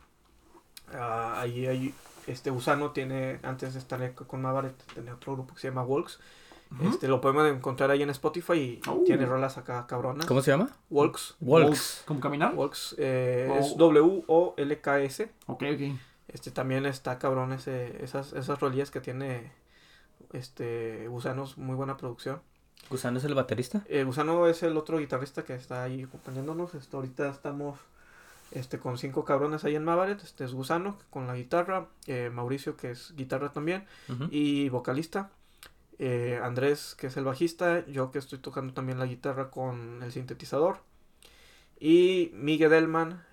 Ahí hay Gusano tiene, antes de estar con Mavaret, tenía otro grupo que se llama Walks. Lo podemos encontrar ahí en Spotify y tiene rolas acá cabronas. ¿Cómo se llama? Walks. ¿Cómo caminar? Walks es WOLKS. Ok. También está cabrón esas rolillas que tiene Gusanos, muy buena producción. ¿Gusano es el baterista? Gusano es el otro guitarrista que está ahí acompañándonos. Ahorita estamos con 5 cabrones ahí en Mavaret. Es Gusano con la guitarra, Mauricio que es guitarra también y vocalista, Andrés que es el bajista, yo que estoy tocando también la guitarra con el sintetizador, y Miguel Delman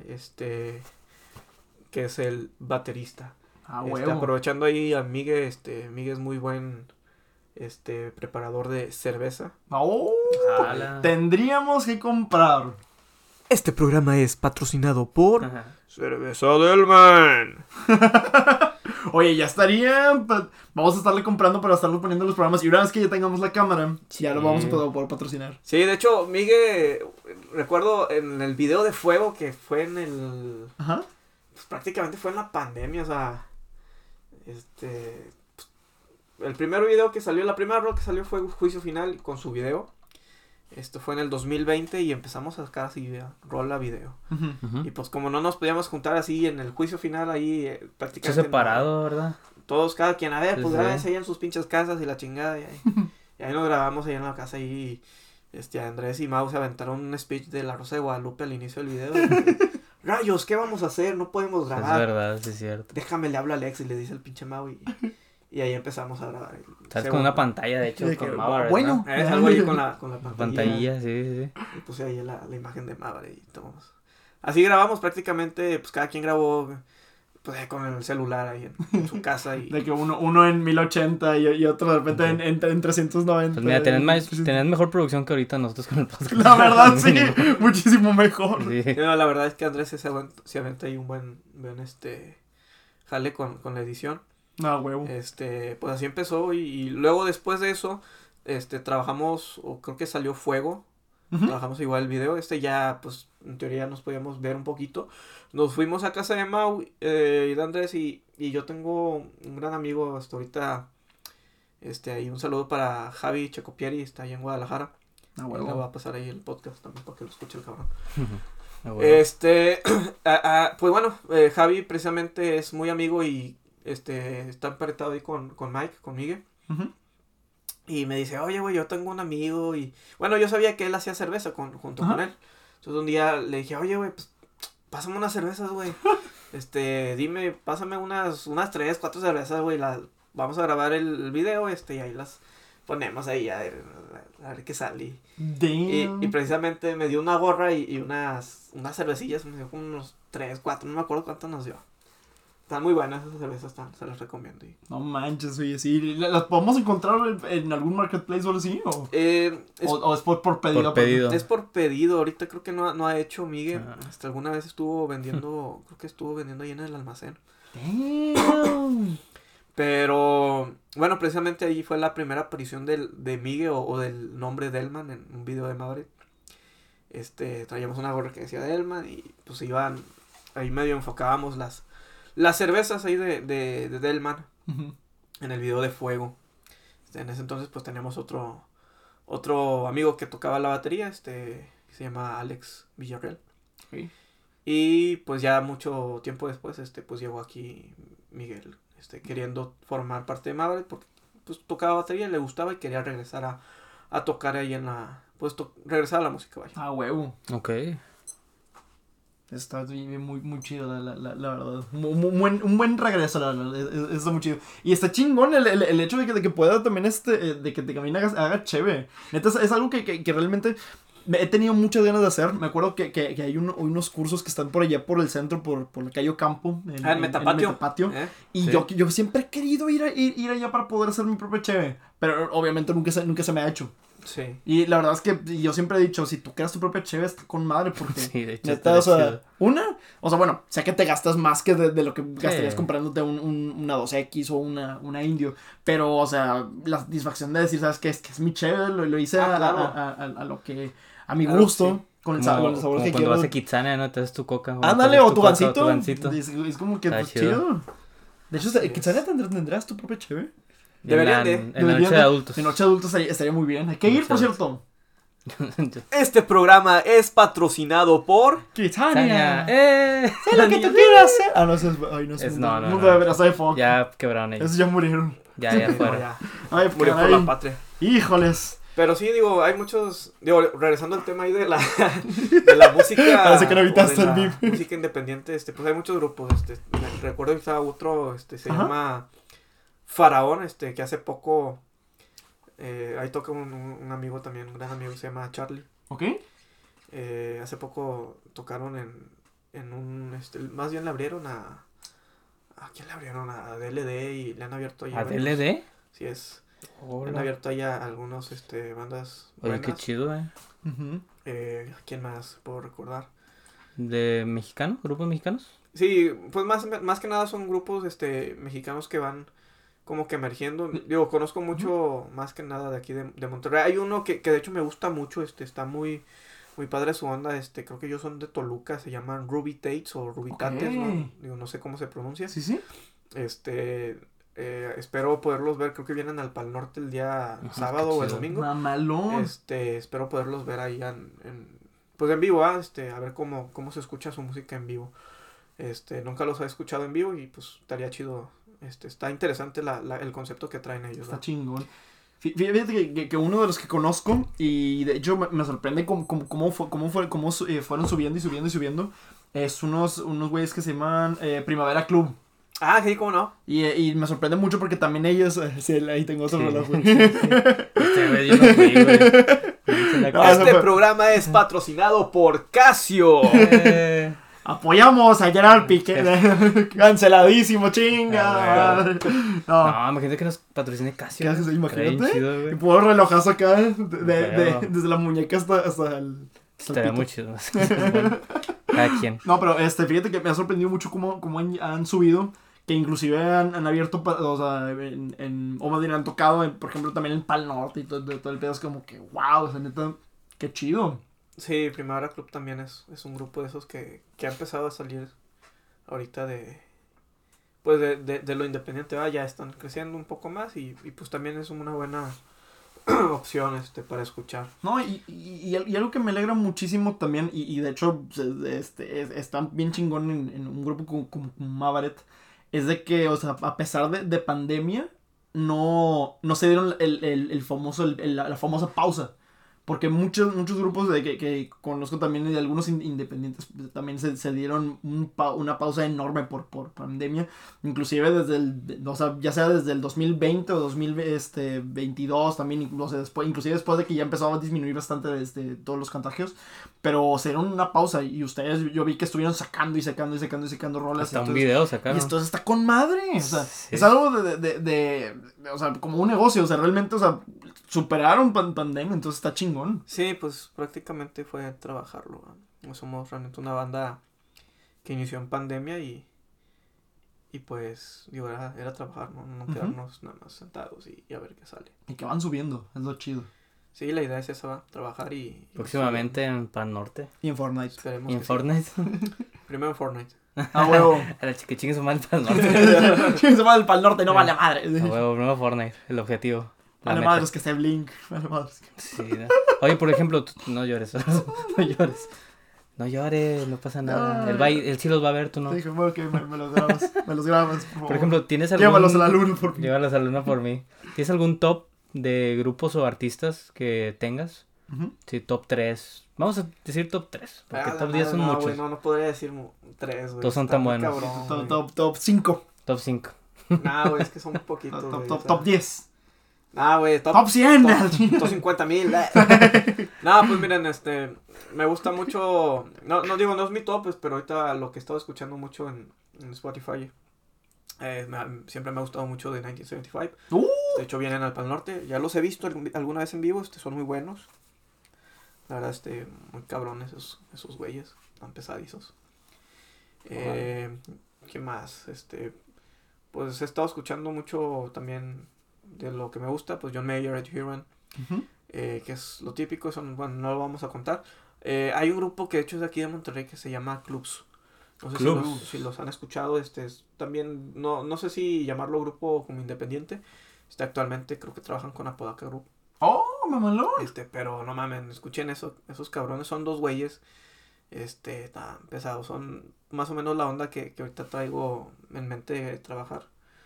que es el baterista. Aprovechando ahí a Miguel, Miguel es muy buen preparador de cerveza. Tendríamos que comprar. Este programa es patrocinado por Cerveza Delman. Oye, ya estaría. Vamos a estarle comprando para estarle poniendo los programas. Y una vez que ya tengamos la cámara, ya lo vamos a poder patrocinar. Sí, de hecho, Miguel, recuerdo en el video de Fuego que fue en el. Ajá. Pues prácticamente fue en la pandemia, o sea. El primer video que salió, la primera rola que salió fue Juicio Final con su video. Esto fue en el 2020 y empezamos a sacar así rola video. Y pues como no nos podíamos juntar así en el Juicio Final ahí prácticamente separado, ¿verdad? Todos, cada quien, a ver, pues Sí. grábense ahí en sus pinches casas y la chingada y ahí nos grabamos ahí en la casa y Andrés y Mau se aventaron un speech de La Rosa de Guadalupe al inicio del video. Rayos, ¿qué vamos a hacer? No podemos grabar. Es verdad, sí es cierto. Déjame, le hablo a Alex y le dice el pinche Mau y ahí empezamos a grabar. Sabes, con una pantalla, de hecho, con Mavare, bueno, ¿no? Es algo ahí con la pantalla. Pantalla, sí. Y puse ahí la imagen de Mavare y tomamos. Así grabamos prácticamente, pues cada quien grabó pues con el celular ahí en su casa. De que uno en 1080 y otro de repente en 390. Pues mira, tenés mejor producción que ahorita nosotros con el podcast. La verdad, sí, muchísimo mejor. Sí. No, la verdad es que Andrés se aventa ahí un buen jale con la edición. Huevo. Pues así empezó y luego después de eso, trabajamos, o creo que salió Fuego, trabajamos igual el video, ya, pues, en teoría nos podíamos ver un poquito. Nos fuimos a casa de Mau y de Andrés y yo tengo un gran amigo hasta ahorita, ahí un saludo para Javi Checopieri, está ahí en Guadalajara. Le va a pasar ahí el podcast también para que lo escuche el cabrón. Pues bueno, Javi precisamente es muy amigo y está emparentado ahí con Mike, con Miguel. Y me dice, oye, güey, yo tengo un amigo y... Bueno, yo sabía que él hacía cerveza junto con él. Entonces un día le dije, oye, güey, pues pásame unas cervezas, güey. Dime, pásame unas 3, 4 cervezas, güey. Vamos a grabar el video, y ahí las ponemos ahí a ver qué sale. Y precisamente me dio una gorra y unas cervecillas, me dio como unos 3, 4, no me acuerdo cuánto nos dio. Están muy buenas esas cervezas, se las recomiendo. No manches, oye, sí. ¿Las podemos encontrar en algún marketplace o algo así? ¿O es por pedido? Por pedido. Es por pedido. Ahorita creo que no ha hecho Miguel. Alguna vez estuvo vendiendo, creo que estuvo vendiendo ahí en el almacén. Damn. Pero, bueno, precisamente ahí fue la primera aparición de Migue o del nombre Delman en un video de Maverick. Traíamos una gorra que decía Delman y pues iban, ahí medio enfocábamos las cervezas ahí de Delman Ujú. en el video de Fuego. En ese entonces pues teníamos otro amigo que tocaba la batería, que se llama Alex Villarreal. Ok. Y pues ya mucho tiempo después, pues llegó aquí Miguel, queriendo formar parte de Maverick porque pues tocaba batería, le gustaba y quería regresar a tocar ahí regresar a la música, vaya. Ah, huevo. Ok. Está muy, muy chido, la verdad. Un buen regreso, la verdad. Está muy chido. Y está chingón el hecho de que pueda también, de que también haga chévere. Neta, es algo que realmente he tenido muchas ganas de hacer. Me acuerdo que hay unos cursos que están por allá por el centro, por el Cayo Campo. En Metapatio. Metapatio. Y Sí. yo siempre he querido ir allá para poder hacer mi propio cheve. Pero obviamente nunca se me ha hecho. Sí. Y la verdad es que yo siempre he dicho, si tú creas tu propia cheve, está con madre, porque Sí, de hecho, neta, estaría chido. bueno, sé que te gastas más que de lo que gastarías Sí. comprándote una 2X o una Indio, pero, o sea, la satisfacción de decir, ¿sabes qué? Es mi cheve, lo hice Claro. a lo que, a mi Claro, gusto, sí. con el Como sabor que cuando quiero. vas a Kitsania, ¿no? Te haces tu coca. o te Ándale, haces o tu coca, gancito. Es como que, Está pues, chido. De hecho, Así es. quizás tendrás tu propia cheve. Deberían de. En la noche de adultos. De noche de adultos estaría muy bien. Hay que ir, por cierto. Este programa es patrocinado por... Kitsania. ¡Eh! ¡Sé lo que tú quieras hacer! Ah, no, eso es... Ay, no, No, mundo no. de veras de Fox. Ya quebraron ellos. Esos ya murieron. Ya No, fueron. ya. Ay, Murió por caray. la patria. Híjoles. Pero sí, digo, hay muchos... Digo, regresando al tema ahí de la música... Parece que no evitaste o de el la beep. música independiente, pues hay muchos grupos, me recuerdo que estaba otro, se Ajá. llama Faraón, que hace poco... ahí toca un amigo también, un gran amigo, se llama Charlie. ¿Ok? Hace poco tocaron en un... más bien le abrieron ¿a quién le abrieron? A DLD y le han abierto ahí ¿A varios- DLD? Sí es. Le han Hola. abierto ahí a algunos bandas Oye, buenas. qué chido, Ujú. ¿Quién más puedo recordar? ¿De mexicanos? ¿Grupos mexicanos? Sí, pues más que nada son grupos mexicanos que van como que emergiendo. Digo, conozco mucho más que nada de aquí de Monterrey. Hay uno que de hecho me gusta mucho, está muy muy padre su onda, creo que ellos son de Toluca, se llaman Ruby Tates o Ruby Ok. Tates, ¿no? Digo, no sé cómo se pronuncia. Sí, sí. Espero poderlos ver, creo que vienen al Pal Norte el día sábado o el chido. domingo. Mamalón. Espero poderlos ver ahí pues en vivo, a ver cómo se escucha su música en vivo. Nunca los he escuchado en vivo y pues estaría chido. Está interesante el concepto que traen ellos, Está ¿no? chingón. Fíjate que uno de los que conozco, y de hecho me sorprende cómo fueron subiendo y subiendo y subiendo, es unos güeyes que se llaman Primavera Club. Ah, sí, cómo no. Y me sorprende mucho porque también ellos... sí, ahí tengo otro Sí. reloj, güey. Güey, yo no fui, güey. No, eso fue- Programa es patrocinado por Casio. Apoyamos a Gerard Piqué. Canceladísimo, chinga. Ah, No. No, imagínate que nos patrocine Casio. ¿Qué haces? Estaría bien Imagínate. chido, Y güey. puedo relojazo acá, Claro. desde la muñeca hasta el Estaría pito. muy chido. Bueno, cada quien. No, pero fíjate que me ha sorprendido mucho cómo han subido, que inclusive han abierto, o sea, o más bien han tocado, por ejemplo, también en Pal Norte y todo el pedo, es como que, wow, o sea, neta, qué chido. Sí, Primavera Club también es un grupo de esos que ha empezado a salir ahorita pues de lo independiente, ya están creciendo un poco más y pues también es una buena opción para escuchar. No, y algo que me alegra muchísimo también, y de hecho están bien chingón en un grupo como Mavaret, es de que, o sea, a pesar de pandemia, no se dieron el famoso, la famosa pausa. Porque muchos grupos que conozco también, y de algunos independientes, también se dieron una pausa enorme por pandemia. Inclusive o sea, ya sea desde el 2020 o 2022 también, inclusive después de que ya empezó a disminuir bastante todos los contagios. Pero se dieron una pausa y ustedes, yo vi que estuvieron sacando rolas. Hasta un video sacaron. Y esto está con madre. O sea, Sí. es algo o sea, como un negocio. O sea, realmente, o sea, superaron pandemia, entonces está chingón. Sí, pues prácticamente fue trabajarlo. ¿No? Somos realmente una banda que inició en pandemia y Y pues, digo, era trabajar, no quedarnos nada más sentados y a ver qué sale. Y que van subiendo, es lo chido. Sí, la idea es esa, va, trabajar y Próximamente en Pan Norte. Y en Fortnite. esperemos Y en que sí. Fortnite. Primero en Fortnite. A huevo. A la que chingue su madre Pan Norte. Se va del Pal Norte, no vale madre. A huevo, nuevo Fortnite. El objetivo. La Vale meta. madres que esté Blink. Vale madres. Sí, ¿no? Oye, por ejemplo, no llores. No llores. No llores, no pasa nada. Él sí los va a ver, tú no. Dije, bueno, que me los grabas. Me los grabas, por favor. Por ejemplo, ¿tienes algún... Llévalos a la luna por mí. Llévalos a la luna por mí. ¿Tienes algún top de grupos o artistas que tengas? Ujú. Sí, top 3. Vamos a decir top 3. Porque Ah, la top 10 son madre, no, muchos. güey, no podría decir 3, güey. Todos son Está tan muy buenos. cabrón, güey. Top 5. Top 5. Nah, güey, es que son poquitos, güey, o sea. Top 10. Nah, güey, Top 100. Top 50,000. Nah, pues miren, me gusta mucho, no digo, no es mi top, pues, pero ahorita lo que he estado escuchando mucho en Spotify, siempre me ha gustado mucho de 1975. De hecho, vienen al Pal Norte, ya los he visto alguna vez en vivo, son muy buenos. La verdad, muy cabrones esos güeyes, tan pesadizos. ¿Qué más? Pues he estado escuchando mucho también de lo que me gusta, pues John Mayer, Ed Sheeran, Ujú. que es lo típico, bueno, no lo vamos a contar. Hay un grupo que de hecho es de aquí de Monterrey que se llama Clubs. No sé Clubs. si los han escuchado, también, no sé si llamarlo grupo como independiente. Actualmente creo que trabajan con Apodaca Group. Oh, mamalón. Pero no mamen, escuchen eso, esos cabrones son dos güeyes, tan pesados, son más o menos la onda que ahorita traigo en mente de trabajar,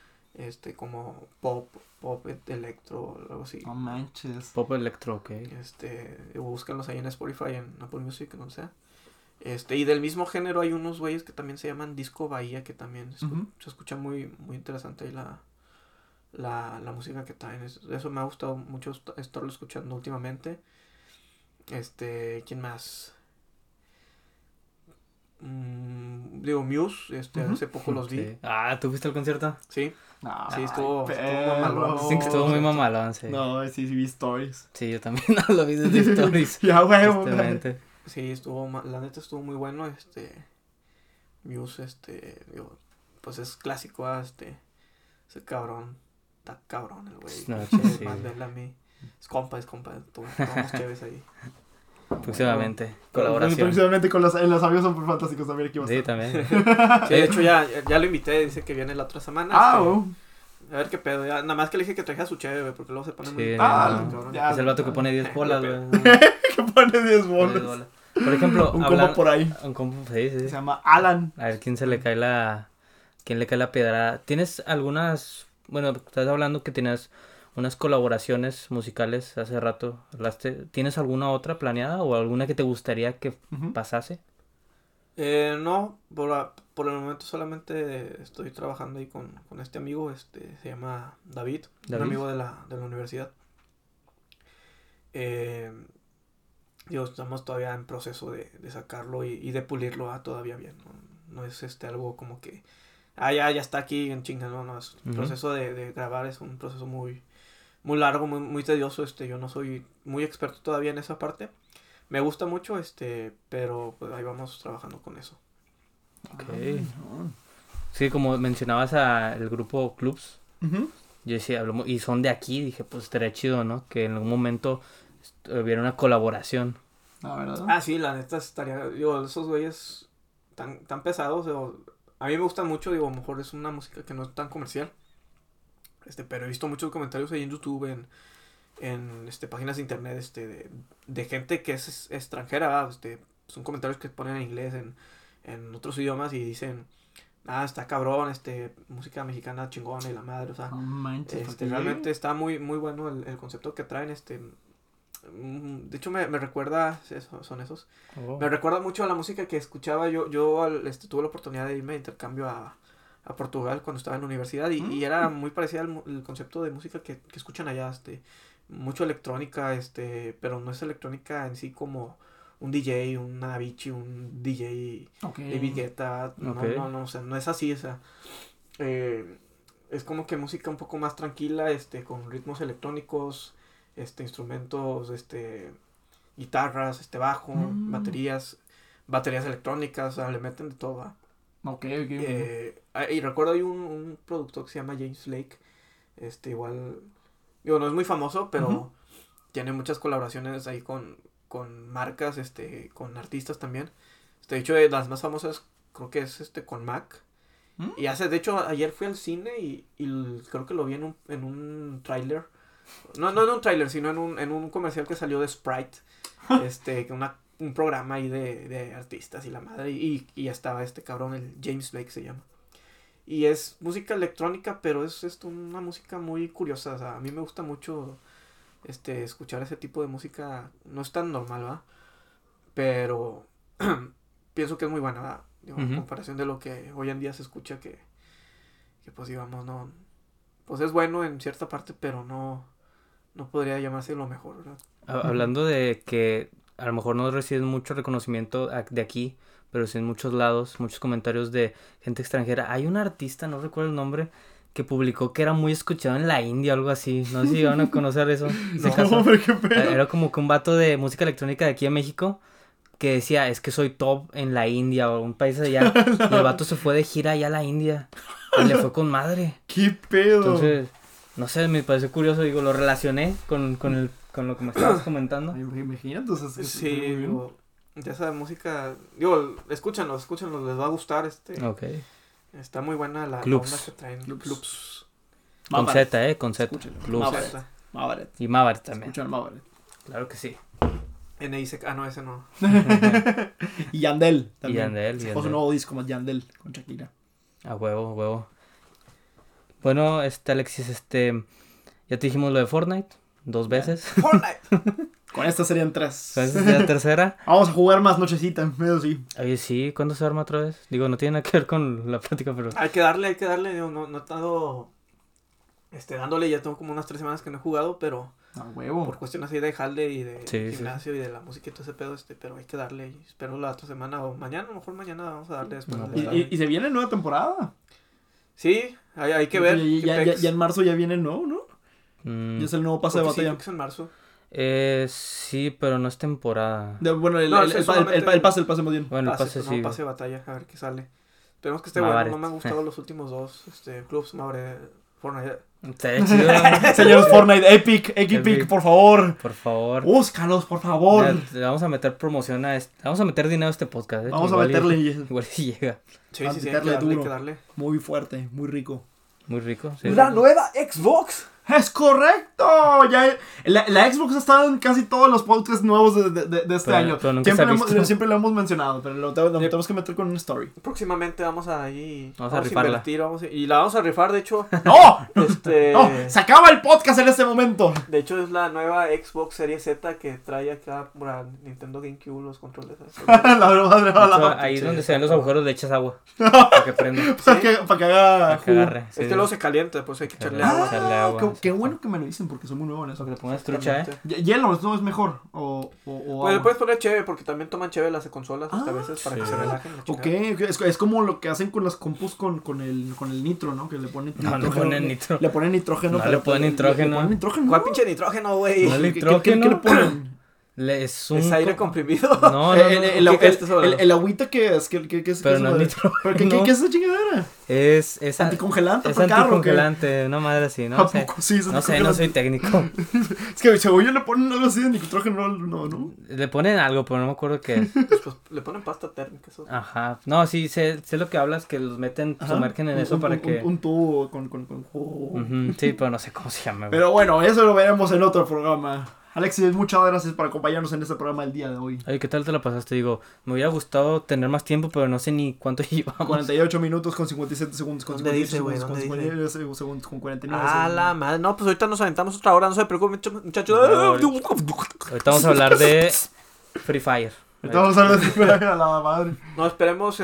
como pop, electro, algo así. No manches. Pop Electro, ok. Búscanlos ahí en Spotify, en Apple Music, no sé. Y del mismo género hay unos güeyes que también se llaman Disco Bahía, que también Ujú. se escucha muy, muy interesante ahí la música que traen. Eso me ha gustado mucho estarlo escuchando últimamente. ¿Quién más? Digo, Muse, Ujú. hace poco los vi. Sí. Ah, ¿tú fuiste al concierto? Sí, No, sí, estuvo perro. mamalón. Sí, que estuvo muy mamalón, sí. No, sí vi stories. Sí, yo también no lo vi desde Stories. Ya, huevo. Tristemente. sí, la neta estuvo muy bueno. Muse, digo, pues es clásico, ese cabrón, está cabrón el güey. No, sí. Mandela a mí. Es compa, tomamos chéves ahí. Próximamente. Colaboración. Próximamente con en los amigos son fantásticos también aquí va a Sí, estar. también. Sí, de hecho ya lo invité, dice que viene la otra semana. Ah, huevo. A ver qué pedo, ya, nada más que le dije que trajera su cheve, güey, porque luego se pone Sí, muy... no, cabrón. ya. Es el vato que pone 10 bolas, güey. Que pone 10 10 bolas. bolas. Por ejemplo, Un combo por ahí. Un combo, sí, sí. Se llama Alan. A ver quién se le cae quién le cae la piedra. ¿Tienes algunas, bueno, estás hablando que tenías unas colaboraciones musicales hace rato, hablaste, ¿tienes alguna otra planeada o alguna que te gustaría que Ujú. pasase? No, por el momento solamente estoy trabajando ahí con este amigo, se llama David, un David. amigo de la universidad. Digo, estamos todavía en proceso de sacarlo y de pulirlo todavía bien, no es algo como que, ya está aquí en chinga, no, es un Ujú. proceso de grabar, es un proceso muy, muy largo, muy, muy tedioso, yo no soy muy experto todavía en esa parte. Me gusta mucho, pero pues ahí vamos trabajando con eso. Ok. Sí, como mencionabas el grupo Clubs, Ujú. yo decía, y son de aquí, dije, pues estaría chido, ¿no? Que en algún momento hubiera una colaboración. La verdad. Ah, sí, la neta estaría, digo, esos güeyes tan pesados, a mí me gusta mucho, digo, a lo mejor es una música que no es tan comercial, pero he visto muchos comentarios ahí en YouTube, en páginas de internet, de gente que es extranjera, ¿verdad? Son comentarios que ponen en inglés, en otros idiomas y dicen, está cabrón, música mexicana chingona y la madre, o sea, No manches. ¿por qué? realmente está muy, muy bueno el concepto que traen, de hecho me recuerda, son esos, Oh. me recuerda mucho a la música que escuchaba yo tuve la oportunidad de irme de intercambio a Portugal cuando estaba en la universidad y era muy parecida el concepto de música que escuchan allá, mucho electrónica, pero no es electrónica en sí como un DJ, un Avicii, un DJ Ok. David Guetta, Ok. no, o sea, no es así, o sea, es como que música un poco más tranquila, con ritmos electrónicos, instrumentos, guitarras, bajo, baterías electrónicas, o sea, le meten de todo, ¿va? Ok. Y recuerdo hay un productor que se llama James Blake. Igual, digo, no es muy famoso, pero tiene muchas colaboraciones ahí con marcas, con artistas también. De hecho, de las más famosas creo que es con Mac. Y de hecho, ayer fui al cine y creo que lo vi en un tráiler. No en un tráiler, sino en un comercial que salió de Sprite. Un programa ahí de artistas y la madre. Y estaba este cabrón, el James Blake se llama. Y es música electrónica, pero es una música muy curiosa. O sea, a mí me gusta mucho escuchar ese tipo de música. No es tan normal, ¿va? Pero pienso que es muy buena, ¿va? Digo, en comparación de lo que hoy en día se escucha que pues digamos, no, pues es bueno en cierta parte, pero no podría llamarse lo mejor, ¿verdad? Hablando de que a lo mejor no reciben mucho reconocimiento de aquí, pero sí en muchos lados, muchos comentarios de gente extranjera. Hay un artista, no recuerdo el nombre, que publicó que era muy escuchado en la India o algo así. No sé si van a conocer eso. No, pero qué pedo. Era como que un vato de música electrónica de aquí en México que decía, es que soy top en la India o un país allá. Y el vato se fue de gira allá a la India y le fue con madre. ¿Qué pedo? Entonces, no sé, me pareció curioso, digo, lo relacioné con lo que me estabas comentando. Imagínate, o sea, Sí, digo, de esa música, digo, escúchanlos, les va a gustar, Ok. está muy buena la Clubs. onda que traen. Clubs. Con Z, con Z. Escúchenlo. Clubs. Mavaret. Y Mavaret también. Escuchan Mavaret. Claro que sí. No, ese no. Y Yandel también. Y Yandel. Sacó su nuevo disco más Yandel con Shakira. A huevo. Bueno, Alexis, ya te dijimos lo de Fortnite 2 veces. Fortnite. Con esta serían 3. Esta es la tercera. Vamos a jugar más nochecita, eso sí. Oye, sí, ¿cuándo se arma otra vez? Digo, no tiene nada que ver con la plática, pero... Hay que darle, digo, no he estado dándole, ya tengo como unas 3 semanas que no he jugado, pero A huevo. por cuestiones así de jale y de Sí, gimnasio y de la música y todo ese pedo, pero hay que darle, y espero la otra semana o mañana, a lo mejor mañana vamos a darle después. No, Y se viene nueva temporada. Sí, hay que ver. Ya en marzo ya viene el nuevo, ¿no? Ya es el nuevo pase de Porque sí, batalla. creo que es en marzo. Sí, pero no es temporada. Bueno, el pase más bien. Bueno, el pase sí. Pase de batalla, a ver qué sale. Esperemos que esté Mavaret. bueno. No me han gustado los últimos dos clubs, Mavaret, Fortnite. Estaría chido. Señores Fortnite, Epic, por favor. Por favor. Búscalos, por favor. Le vamos a meter promoción a vamos a meter dinero a este podcast. Vamos a meterle. Igual si llega. Sí, A hay meterle duro. que darle. Muy fuerte, muy rico. Muy rico. Sí. ¡La nueva Xbox! ¡Es correcto! Ya, la Xbox ha estado en casi todos los podcasts nuevos de este año. Pero nunca se ha visto. Siempre lo hemos mencionado, pero lo tenemos que meter con una story. Próximamente vamos a rifarla. invertir, y la vamos a rifar, de hecho. ¡No! ¡No! ¡Se acaba el podcast en este momento! De hecho, es la nueva Xbox Series Z que trae acá para Nintendo GameCube los controles. La madre, De hecho, ahí es donde se ven los agujeros, le echas agua. Para que prenda. Para que haga Para que jugo. agarre. Es que luego se calienta, pues hay que echarle Ah, agua. echarle agua. Qué bueno que me lo dicen porque soy muy nuevo en eso. Para que le pongas trucha, Hielo, ¿no es mejor? O Pues le agua. puedes poner cheve, porque también toman cheve las consolas a veces para que sí. se relajen. la Ok, chingada. es como lo que hacen con las compus con el nitro, ¿no? Que le ponen No, le ponen nitro. Le ponen nitrógeno. No, le ponen nitrógeno. Le ponen nitrógeno. ¿Cuál pinche nitrógeno, güey? No le- ¿Qué nitrógeno? le ponen? Es ¿Es aire comprimido? No, El ¿Qué es agüita que es, ¿qué es? Pero ¿qué no es es lo de- nitrógeno. ¿Pero qué es esa chingadera? Es ¿Anticongelante Es para carro, o qué? anticongelante, una madre así, ¿no? ¿A sé. poco sí es No sé, no soy anticongelante? técnico. Es que según yo le ponen algo así de nitrógeno, no. Le ponen algo, pero no me acuerdo qué es. Pues le ponen pasta térmica. Eso. Ajá. No, sí, sé lo que hablas, que los meten, Ajá. sumergen en eso para que... Un tubo con... Ujú, sí, pero no sé cómo se llama, güey. Pero bueno, eso lo veremos en otro programa. Alexis, muchas gracias por acompañarnos en este programa del día de hoy. Oye, ¿qué tal te la pasaste? Digo, me hubiera gustado tener más tiempo, pero no sé ni cuánto llevamos. 48 minutos con 57 segundos, con ¿Dónde 58 dice, güey? segundos, con ¿Dónde 59 segundos, con 49 Ah, segundos. la madre. No, pues ahorita nos aventamos otra hora. No se preocupen, muchachos. Ahorita vamos a hablar de Free Fire. Ahorita vamos a hablar de a la madre. No, esperemos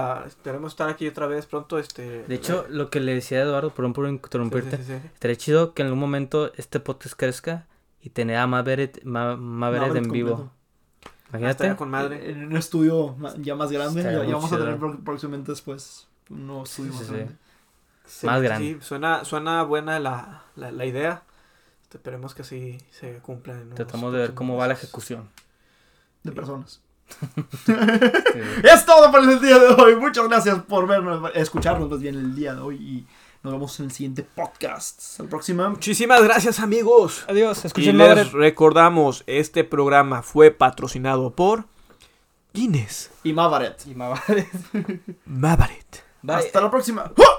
estar aquí otra vez pronto. De hecho, lo que le decía a Eduardo, perdón por interrumpirte, sí. estaría chido que en algún momento este podcast crezca y tener a Maverick en vivo. completo. Imagínate. Estaría con madre. En un estudio ya más grande. Estaría Ya muy vamos a tener chido. próximamente después un nuevo estudio Sí, más sí. grande. Más grande. Sí, suena buena la idea. Esperemos que así se cumpla. en los Tratamos de ver cómo va la próximos meses. ejecución. De personas. Es todo por el día de hoy. Muchas gracias por escucharnos más bien el día de hoy. Y nos vemos en el siguiente podcast. Hasta la próxima. Muchísimas gracias, amigos. Adiós, Y escuchen les Maverick. recordamos, este programa fue patrocinado por Guinness Y Mavaret. Y Maverick. Mavaret. Bye. Hasta la próxima. ¡Oh!